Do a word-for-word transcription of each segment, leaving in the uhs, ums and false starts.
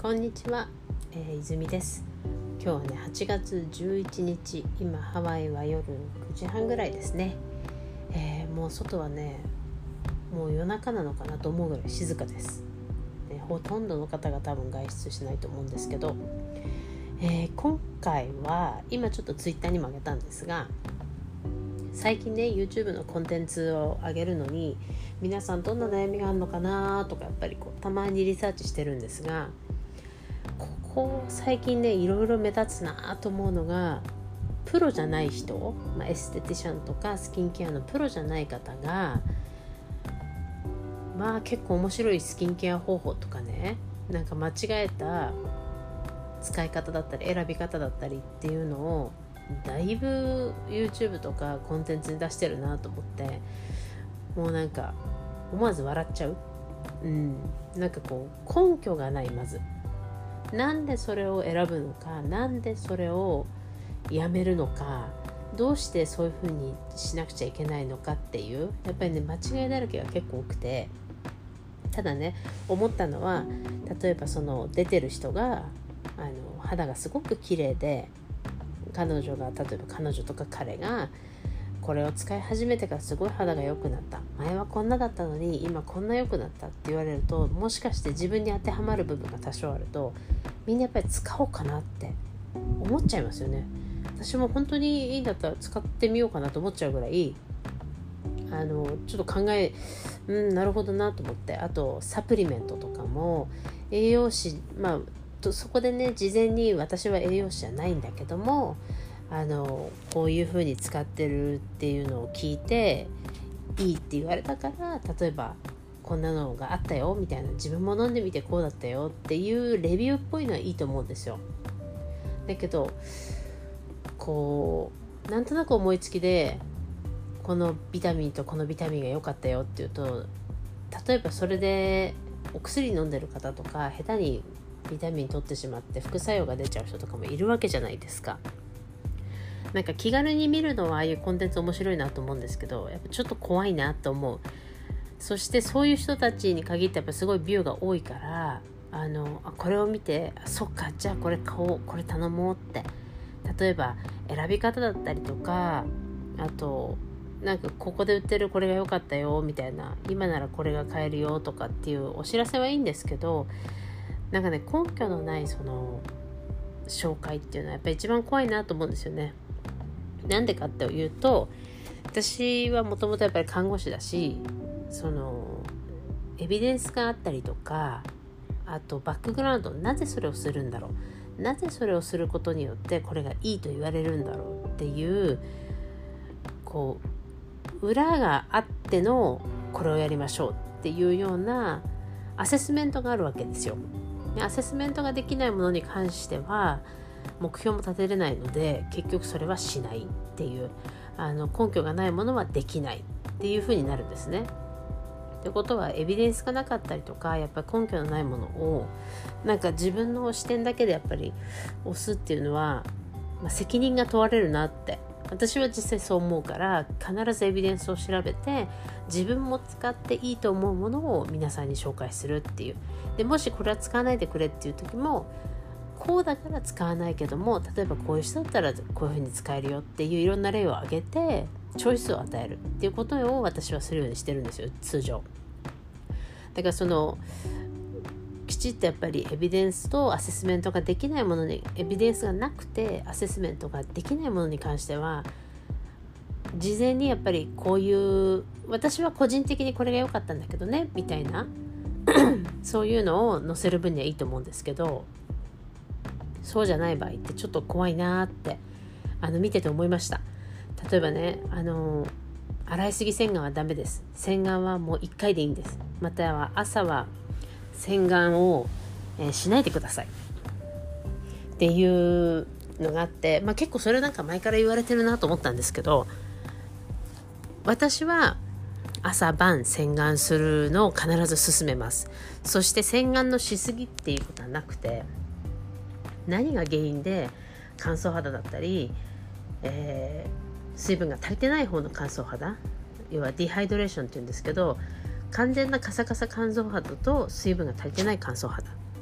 こんにちは、えー、泉です。今日はねはちがつじゅういちにち、今ハワイは夜くじはんぐらいですね、えー、もう外はねもう夜中なのかなと思うぐらい静かです、ね、ほとんどの方が多分外出しないと思うんですけど、えー、今回は今ちょっとツイッターにも上げたんですが、最近ね YouTube のコンテンツを上げるのに皆さんどんな悩みがあるのかなとかやっぱりこうたまにリサーチしてるんですが、ここ最近ねいろいろ目立つなと思うのが、プロじゃない人、まあ、エステティシャンとかスキンケアのプロじゃない方がまあ結構面白いスキンケア方法とかね、なんか間違えた使い方だったり選び方だったりっていうのをだいぶ YouTube とかコンテンツに出してるなと思って、もうなんか思わず笑っちゃう。うん、なんかこう根拠がない。まずなんでそれを選ぶのか、なんでそれをやめるのか、どうしてそういう風にしなくちゃいけないのかっていう、やっぱりね間違いだらけが結構多くて、ただね思ったのは、例えばその出てる人があの肌がすごく綺麗で、彼女が例えば彼女とか彼がこれを使い始めてからすごい肌が良くなった、前はこんなだったのに今こんな良くなったって言われると、もしかして自分に当てはまる部分が多少あると、みんなやっぱり使おうかなって思っちゃいますよね。私も本当にいいんだったら使ってみようかなと思っちゃうぐらい、あのちょっと考えうんなるほどなと思って、あとサプリメントとかも栄養士、まあとそこでね事前に私は栄養士じゃないんだけども、あのこういう風に使ってるっていうのを聞いていいって言われたから、例えばこんなのがあったよみたいな、自分も飲んでみてこうだったよっていうレビューっぽいのはいいと思うんですよ。だけどこうなんとなく思いつきでこのビタミンとこのビタミンが良かったよっていうと、例えばそれでお薬飲んでる方とか下手にビタミン取ってしまって副作用が出ちゃう人とかもいるわけじゃないですか。なんか気軽に見るのはああいうコンテンツ面白いなと思うんですけど、やっぱちょっと怖いなと思う。そしてそういう人たちに限ってやっぱすごいビューが多いから、あのあこれを見てあそっかじゃあこれ買おう、これ頼もうって、例えば選び方だったりとか、あとなんかここで売ってるこれが良かったよみたいな、今ならこれが買えるよとかっていうお知らせはいいんですけど、なんかね根拠のないその紹介っていうのはやっぱり一番怖いなと思うんですよね。なんでかっていうと、私はもともとやっぱり看護師だし、そのエビデンスがあったりとか、あとバックグラウンド、なぜそれをするんだろう、なぜそれをすることによってこれがいいと言われるんだろうっていうこう裏があってのこれをやりましょうっていうようなアセスメントがあるわけですよ。アセスメントができないものに関しては目標も立てれないので、結局それはしないっていう、あの根拠がないものはできないっていう風になるんですね。ってことはエビデンスがなかったりとか、やっぱり根拠のないものをなんか自分の視点だけでやっぱり押すっていうのは、まあ、責任が問われるなって私は実際そう思うから、必ずエビデンスを調べて自分も使っていいと思うものを皆さんに紹介するっていう。でもしこれは使わないでくれっていう時も、こうだから使わないけども、例えばこういう人だったらこういう風に使えるよっていういろんな例を挙げてチョイスを与えるっていうことを私はするようにしてるんですよ、通常。だからそのきちっとやっぱりエビデンスとアセスメントができないものに、エビデンスがなくてアセスメントができないものに関しては、事前にやっぱりこういう、私は個人的にこれが良かったんだけどねみたいなそういうのを載せる分にはいいと思うんですけど、そうじゃない場合ってちょっと怖いなってあの見てて思いました。例えばね、あの洗いすぎ洗顔はダメです。洗顔はもういっかいでいいんです。または朝は洗顔を、えー、しないでくださいっていうのがあって、まあ、結構それなんか前から言われてるなと思ったんですけど、私は朝晩洗顔するのを必ず勧めます。そして洗顔のしすぎっていうことはなくて、何が原因で乾燥肌だったり、えー、水分が足りてない方の乾燥肌、要はディハイドレーションっていうんですけど、完全なカサカサ乾燥肌と水分が足りてない乾燥肌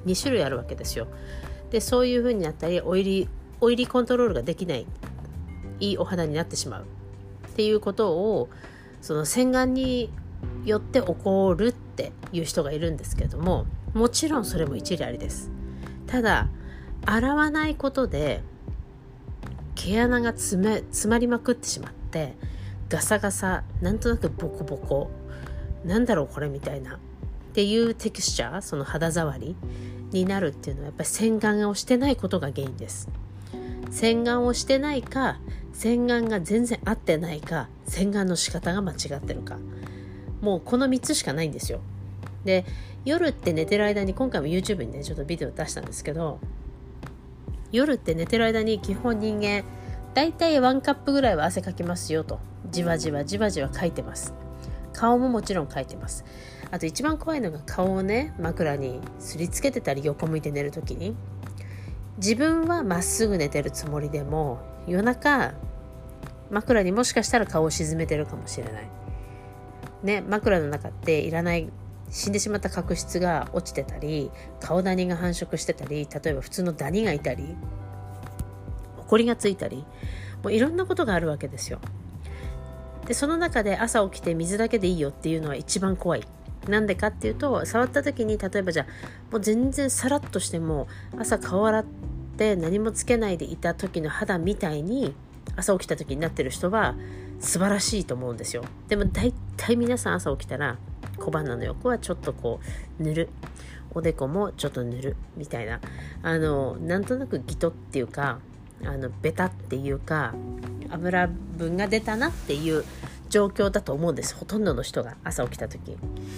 に種類あるわけですよ。でそういう風になったりオイリーオイリーコントロールができないいいお肌になってしまうっていうことをその洗顔によって起こるっていう人がいるんですけれども、もちろんそれも一理ありです。ただ洗わないことで毛穴が詰め、詰まりまくってしまってガサガサ、なんとなくボコボコ、なんだろうこれみたいなっていうテクスチャー、その肌触りになるっていうのはやっぱり洗顔をしてないことが原因です。洗顔をしてないか、洗顔が全然合ってないか、洗顔の仕方が間違ってるか、もうこのみっつしかないんですよ。で夜って寝てる間に、今回も YouTube にねちょっとビデオ出したんですけど、夜って寝てる間に基本人間だいたいワンカップぐらいは汗かきますよと、じわじわじわじわかいてます。顔ももちろんかいてます。あと一番怖いのが顔をね枕にすりつけてたり横向いて寝るときに、自分はまっすぐ寝てるつもりでも夜中枕にもしかしたら顔を沈めてるかもしれないね。枕の中っていらない死んでしまった角質が落ちてたり、顔ダニが繁殖してたり、例えば普通のダニがいたり、ホコリがついたり、もういろんなことがあるわけですよ。でその中で朝起きて水だけでいいよっていうのは一番怖い。なんでかっていうと、触った時に例えばじゃあもう全然サラッとしても朝顔洗って何もつけないでいた時の肌みたいに朝起きた時になってる人は素晴らしいと思うんですよ。でも大体皆さん朝起きたら小鼻の横はちょっとこう塗る、おでこもちょっと塗るみたいな、あのなんとなくギトっていうか、あのベタっていうか油分が出たなっていう状況だと思うんです。ほとんどの人が朝起きた時、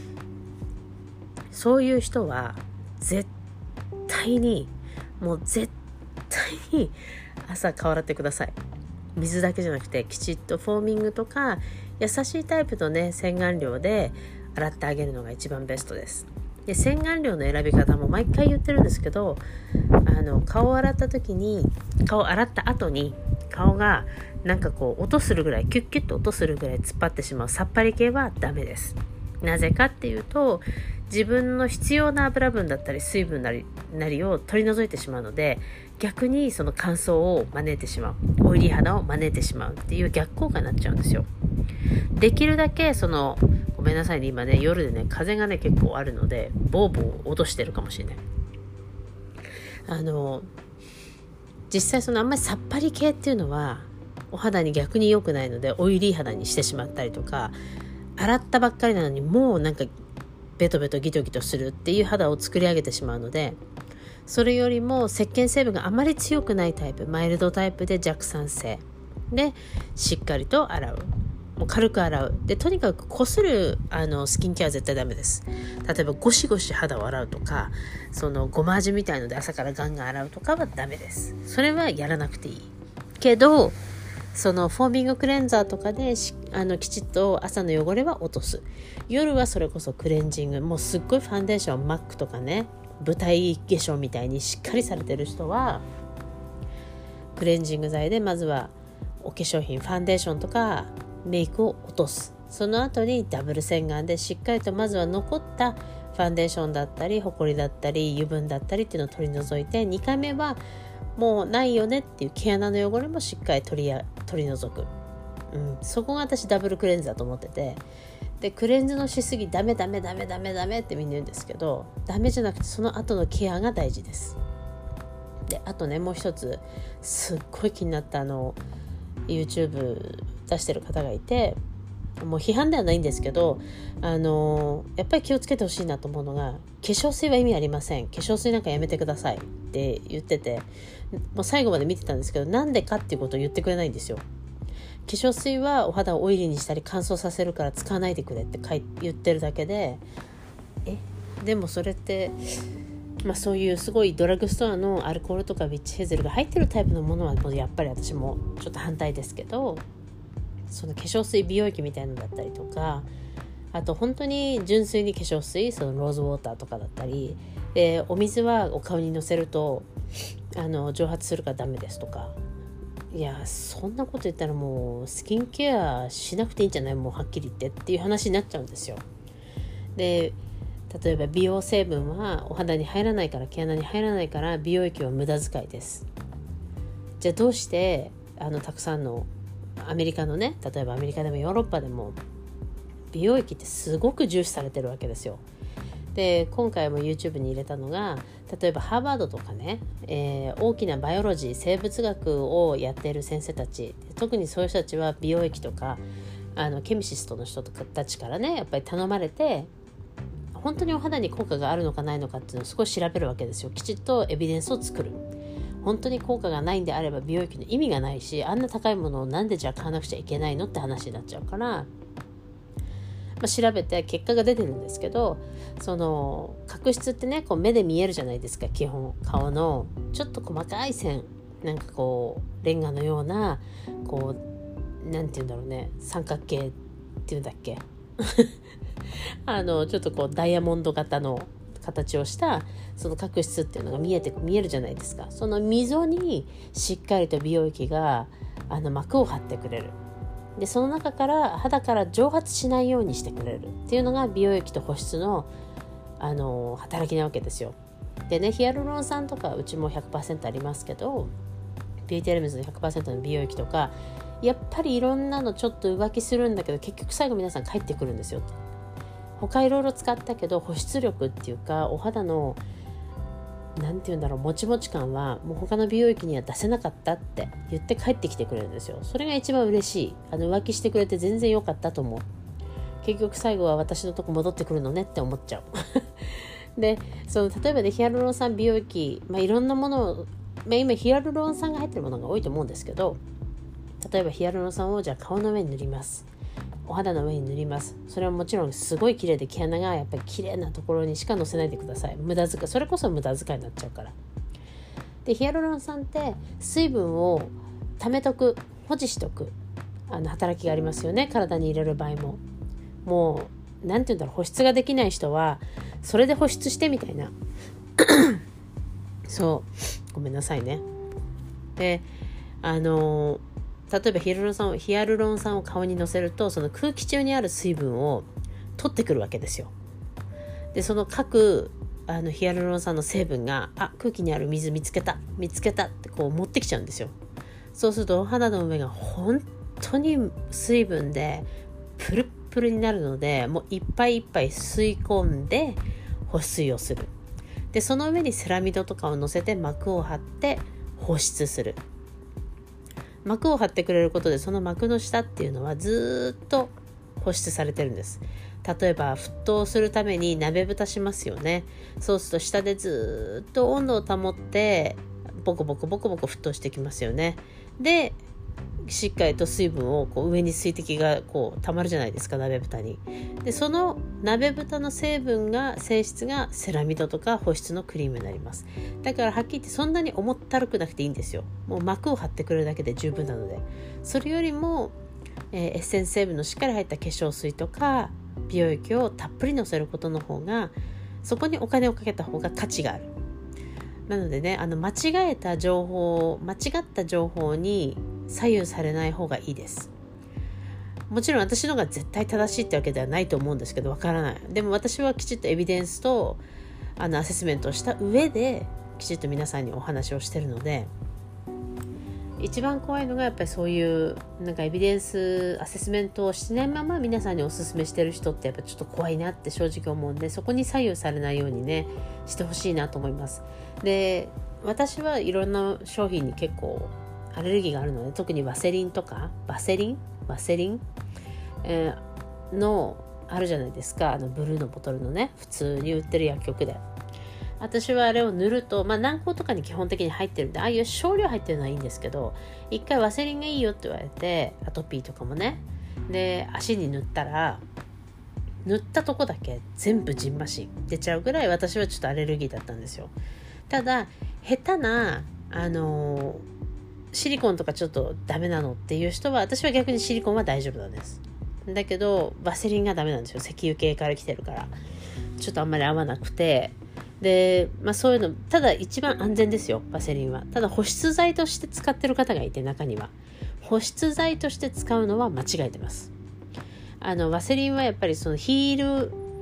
そういう人は絶対にもう絶対に朝顔洗ってください。水だけじゃなくてきちっとフォーミングとか優しいタイプのね洗顔料で洗ってあげるのが一番ベストです。で洗顔料の選び方も毎回言ってるんですけど、あの顔を洗った時に、顔を洗った後に顔がなんかこう音するぐらい、キュッキュッと音するぐらい突っ張ってしまうさっぱり系はダメです。なぜかっていうと、自分の必要な油分だったり水分なりなりを取り除いてしまうので、逆にその乾燥を招いてしまう、オイリー肌を招いてしまうっていう逆効果になっちゃうんですよ。できるだけそのごめんなさいね、今ね夜でね風がね結構あるのでボーボー落としてるかもしれない。あの実際そのあんまりさっぱり系っていうのはお肌に逆に良くないので、オイリー肌にしてしまったりとか、洗ったばっかりなのにもうなんかベトベトギトギトするっていう肌を作り上げてしまうので、それよりも石鹸成分があまり強くないタイプ、マイルドタイプで弱酸性でしっかりと洗う、もう軽く洗うで、とにかくこするあのスキンケアは絶対ダメです。例えばゴシゴシ肌を洗うとか、そのゴマ味みたいので朝からガンガン洗うとかはダメです。それはやらなくていいけど、そのフォーミングクレンザーとかであのきちっと朝の汚れは落とす。夜はそれこそクレンジング、もうすっごいファンデーションマックとかね、舞台化粧みたいにしっかりされてる人はクレンジング剤でまずはお化粧品、ファンデーションとかメイクを落とす。その後にダブル洗顔でしっかりとまずは残ったファンデーションだったりホコリだったり油分だったりっていうのを取り除いて、にかいめはもうないよねっていう毛穴の汚れもしっかり取りや取り除く、うん、そこが私ダブルクレンズだと思ってて、でクレンズのしすぎダメダメダメダメダメってみんな言うんですけど、ダメじゃなくてその後のケアが大事です。であとね、もう一つすっごい気になったあの YouTube 出してる方がいて、もう批判ではないんですけど、あのやっぱり気をつけてほしいなと思うのが、化粧水は意味ありません、化粧水なんかやめてくださいって言ってて、もう最後まで見てたんですけど、なんでかっていうことを言ってくれないんですよ。化粧水はお肌をオイリーにしたり乾燥させるから使わないでくれって書い言ってるだけで、えでもそれって、まあ、そういうすごいドラッグストアのアルコールとかウィッチヘゼルが入ってるタイプのものはもうやっぱり私もちょっと反対ですけど、その化粧水美容液みたいなのだったりとか、あと本当に純粋に化粧水、そのローズウォーターとかだったりで、お水はお顔にのせるとあの蒸発するからダメですとか、いやそんなこと言ったらもうスキンケアしなくていいんじゃない、もうはっきり言ってっていう話になっちゃうんですよ。で例えば美容成分はお肌に入らないから、毛穴に入らないから美容液は無駄遣いです。じゃあどうしてあのたくさんのアメリカのね、例えばアメリカでもヨーロッパでも美容液ってすごく重視されてるわけですよ。で今回も YouTube に入れたのが、例えばハーバードとかね、えー、大きなバイオロジー生物学をやっている先生たち、特にそういう人たちは美容液とかあのケミシストの人たちからねやっぱり頼まれて、本当にお肌に効果があるのかないのかっていうのを少し調べるわけですよ。きちっとエビデンスを作る。本当に効果がないんであれば美容液の意味がないし、あんな高いものをなんでじゃあ買わなくちゃいけないのって話になっちゃうから、まあ、調べて結果が出てるんですけど、その角質ってねこう目で見えるじゃないですか。基本顔のちょっと細かい線、なんかこうレンガのようなこうなんていうんだろうね、三角形っていうんだっけあのちょっとこうダイヤモンド型の形をしたその角質っていうのが見えて見えるじゃないですか。その溝にしっかりと美容液があの膜を張ってくれる。でその中から肌から蒸発しないようにしてくれるっていうのが美容液と保湿の、あの働きなわけですよ。でね、ヒアルロン酸とかうちも ひゃくパーセント ありますけど、ビューティーエレメンツの ひゃくパーセント の美容液とかやっぱりいろんなのちょっと浮気するんだけど、結局最後皆さん帰ってくるんですよ。他いろいろ使ったけど保湿力っていうかお肌のなんていうんだろう、もちもち感はもう他の美容液には出せなかったって言って帰ってきてくれるんですよ。それが一番嬉しい。あの浮気してくれて全然良かったと思う。結局最後は私のとこ戻ってくるのねって思っちゃうでその例えばねヒアルロン酸美容液、まあ、いろんなものを、まあ、今ヒアルロン酸が入ってるものが多いと思うんですけど、例えばヒアルロン酸をじゃあ顔の上に塗ります、お肌の上に塗ります。それはもちろんすごい綺麗で毛穴がやっぱり綺麗なところにしかのせないでください。無駄遣い、それこそ無駄遣いになっちゃうから。でヒアルロン酸って水分を溜めとく、保持しとくあの働きがありますよね。体に入れる場合ももうなんていうんだろう、保湿ができない人はそれで保湿してみたいなそうごめんなさいね。であの例えばヒアルロン酸をヒアルロン酸を顔にのせると、その空気中にある水分を取ってくるわけですよ。でその各あのヒアルロン酸の成分があ空気にある水見つけた見つけたってこう持ってきちゃうんですよ。そうするとお肌の上が本当に水分でプルップルになるので、もういっぱいいっぱい吸い込んで保水をする。でその上にセラミドとかをのせて膜を張って保湿する。膜を張ってくれることでその膜の下っていうのはずっと保湿されてるんです。例えば沸騰するために鍋蓋しますよね。そうすると下でずっと温度を保ってボコボコボコボコ沸騰してきますよね。でしっかりと水分をこう上に水滴がこう溜まるじゃないですか、鍋蓋に。でその鍋蓋の成分が性質がセラミドとか保湿のクリームになります。だからはっきり言ってそんなに重ったるくなくていいんですよ。もう膜を張ってくれるだけで十分なので、それよりも、えー、エッセンス成分のしっかり入った化粧水とか美容液をたっぷりのせることの方が、そこにお金をかけた方が価値がある。なのでね、あの間違えた情報間違った情報に左右されない方がいいです。もちろん私のが絶対正しいってわけではないと思うんですけど、わからない。でも私はきちっとエビデンスとあのアセスメントをした上できちっと皆さんにお話をしてるので、一番怖いのがやっぱりそういうなんかエビデンスアセスメントをしないまま皆さんにお勧めしてる人ってやっぱちょっと怖いなって正直思うんで、そこに左右されないようにねしてほしいなと思います。で私はいろんな商品に結構アレルギーがあるので、特にワセリンとかバセリンワセリン、えー、のあるじゃないですか、あのブルーのボトルのね、普通に売ってる薬局で。私はあれを塗ると、まあ軟膏とかに基本的に入ってるんで、ああいう少量入ってるのはいいんですけど、一回ワセリンがいいよって言われて、アトピーとかもね、で足に塗ったら塗ったとこだけ全部ジンマシン出ちゃうぐらい私はちょっとアレルギーだったんですよ。ただ下手なあのーシリコンとかちょっとダメなのっていう人は、私は逆にシリコンは大丈夫なんです。だけどワセリンがダメなんですよ。石油系から来てるからちょっとあんまり合わなくて、で、まあ、そういうのただ一番安全ですよワセリンは。ただ保湿剤として使ってる方がいて、中には保湿剤として使うのは間違えてます。あのワセリンはやっぱりそのヒール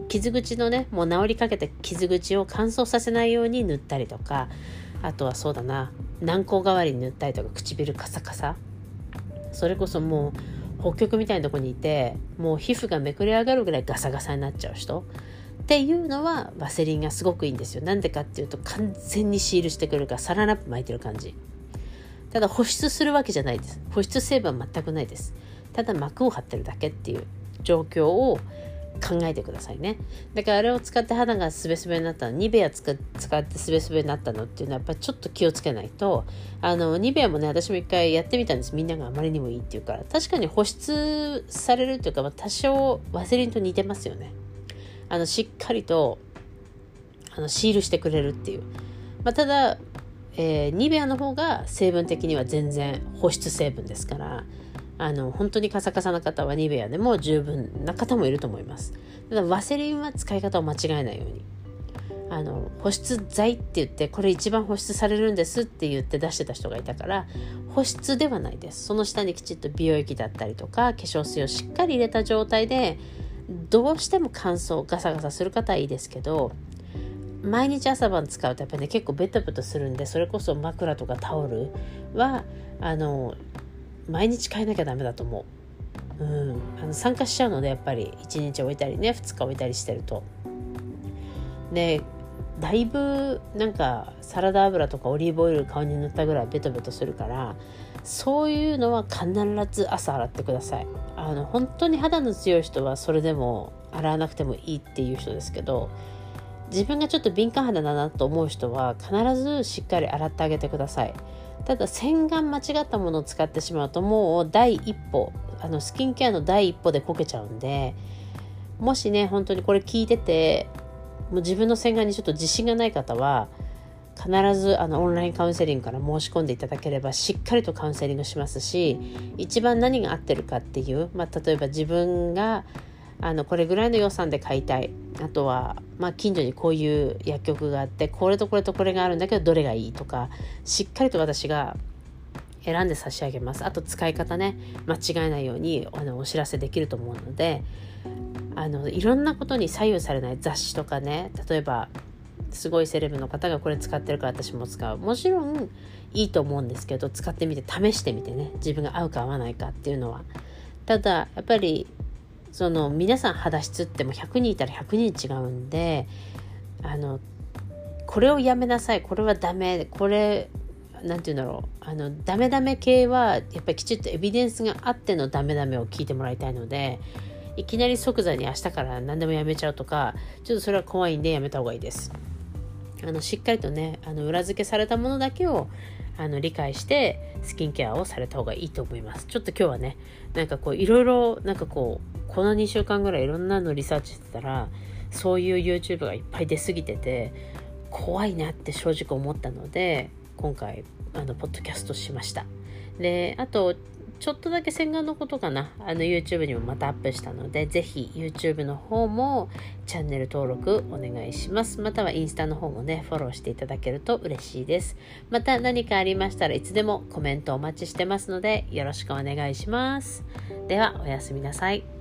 傷口のねもう治りかけた傷口を乾燥させないように塗ったりとか、あとはそうだな軟膏代わりに塗ったりとか、唇カサカサ、それこそもう北極みたいなとこにいてもう皮膚がめくれ上がるぐらいガサガサになっちゃう人っていうのはワセリンがすごくいいんですよ。なんでかっていうと完全にシールしてくれるからサランラップ巻いてる感じ。ただ保湿するわけじゃないです。保湿成分は全くないです。ただ膜を張ってるだけっていう状況を考えてくださいね。だからあれを使って肌がスベスベになったの、ニベア使ってスベスベになったのっていうのはやっぱりちょっと気をつけないと、あのニベアもね私も一回やってみたんです。みんながあまりにもいいっていうから、確かに保湿されるっていうか多少ワセリンと似てますよね。あのしっかりとあのシールしてくれるっていう、まあ、ただ、えー、ニベアの方が成分的には全然保湿成分ですから、あの本当にカサカサな方はニベアでも十分な方もいると思います。ただワセリンは使い方を間違えないように、あの保湿剤って言ってこれ一番保湿されるんですって言って出してた人がいたから、保湿ではないです。その下にきちっと美容液だったりとか化粧水をしっかり入れた状態で、どうしても乾燥ガサガサする方はいいですけど、毎日朝晩使うとやっぱりね結構ベトベトするんで、それこそ枕とかタオルはあの毎日変えなきゃダメだと思う。うん、あの酸化しちゃうのでやっぱりいちにち置いたりねふつか置いたりしてると、でだいぶなんかサラダ油とかオリーブオイル顔に塗ったぐらいベトベトするから、そういうのは必ず朝洗ってください。あの本当に肌の強い人はそれでも洗わなくてもいいっていう人ですけど、自分がちょっと敏感肌だなと思う人は必ずしっかり洗ってあげてください。ただ洗顔間違ったものを使ってしまうともう第一歩、あのスキンケアの第一歩でこけちゃうんで、もしね本当にこれ聞いててもう自分の洗顔にちょっと自信がない方は、必ずあのオンラインカウンセリングから申し込んでいただければしっかりとカウンセリングしますし、一番何が合ってるかっていう、まあ、例えば自分があのこれぐらいの予算で買いたい、あとは、まあ、近所にこういう薬局があってこれとこれとこれがあるんだけどどれがいいとか、しっかりと私が選んで差し上げます。あと使い方ね間違えないようにあのお知らせできると思うので、あのいろんなことに左右されない雑誌とかね、例えばすごいセレブの方がこれ使ってるから私も使う、もちろんいいと思うんですけど、使ってみて試してみてね、自分が合うか合わないかっていうのは。ただやっぱりその皆さん肌質ってもひゃくにんいたらひゃくにん違うんで、あのこれをやめなさい、これはダメ、これなんていうんだろう、あのダメダメ系はやっぱりきちっとエビデンスがあってのダメダメを聞いてもらいたいので、いきなり即座に明日から何でもやめちゃうとか、ちょっとそれは怖いんでやめた方がいいです。あのしっかりとねあの裏付けされたものだけをあの理解してスキンケアをされた方がいいと思います。ちょっと今日はねなんかこういろいろなんかこうこのにしゅうかんぐらいいろんなのリサーチしてたら、そういう YouTube がいっぱい出過ぎてて怖いなって正直思ったので、今回あのポッドキャストしました。であとちょっとだけ洗顔のことかな、あの YouTube にもまたアップしたので、ぜひ YouTube の方もチャンネル登録お願いします。またはインスタの方もねフォローしていただけると嬉しいです。また何かありましたらいつでもコメントお待ちしてますのでよろしくお願いします。ではおやすみなさい。